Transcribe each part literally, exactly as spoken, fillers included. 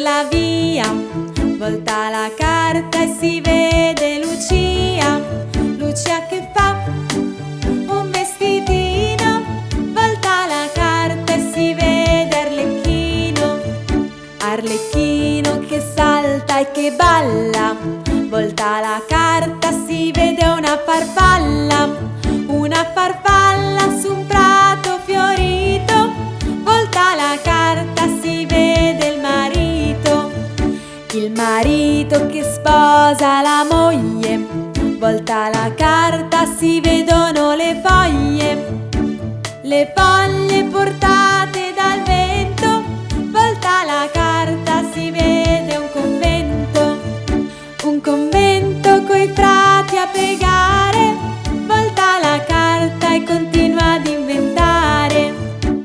la via, volta la carta e si vede Lucia. Lucia che fa un vestitino, volta la carta e si vede Arlecchino. Arlecchino che salta e che balla, volta la carta si vede una farfalla. Una farfalla su un prato fiorito, volta la carta si vede il marito. Il marito che sposa la moglie, volta la carta si vedono le foglie. Le foglie portate dal vento, volta la carta si vede un convento. Un convento coi frati a pregare, volta la carta e continua ad inventare.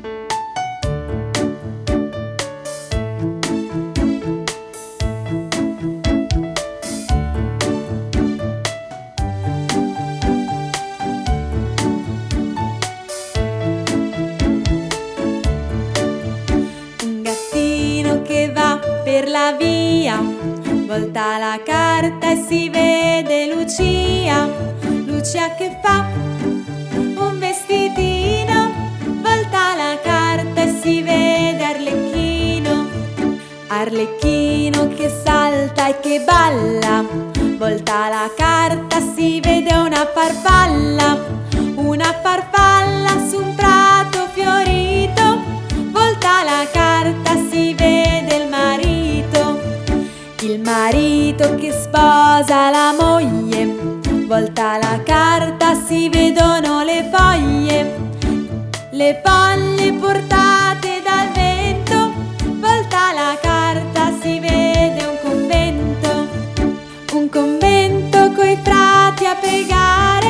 Un gattino che va per la via, volta la carta e si vede Lucia. Lucia che fa un vestitino, volta la carta e si vede Arlecchino. Arlecchino che salta e che balla, volta la carta si vede una farfalla. Una farfalla su un prato fiorito, volta la carta si vede il marito. Il marito che sposa la moglie, volta la carta si vedono le foglie. Le foglie portate dal vento, volta la carta si vede un convento. Un convento coi frati a pregare,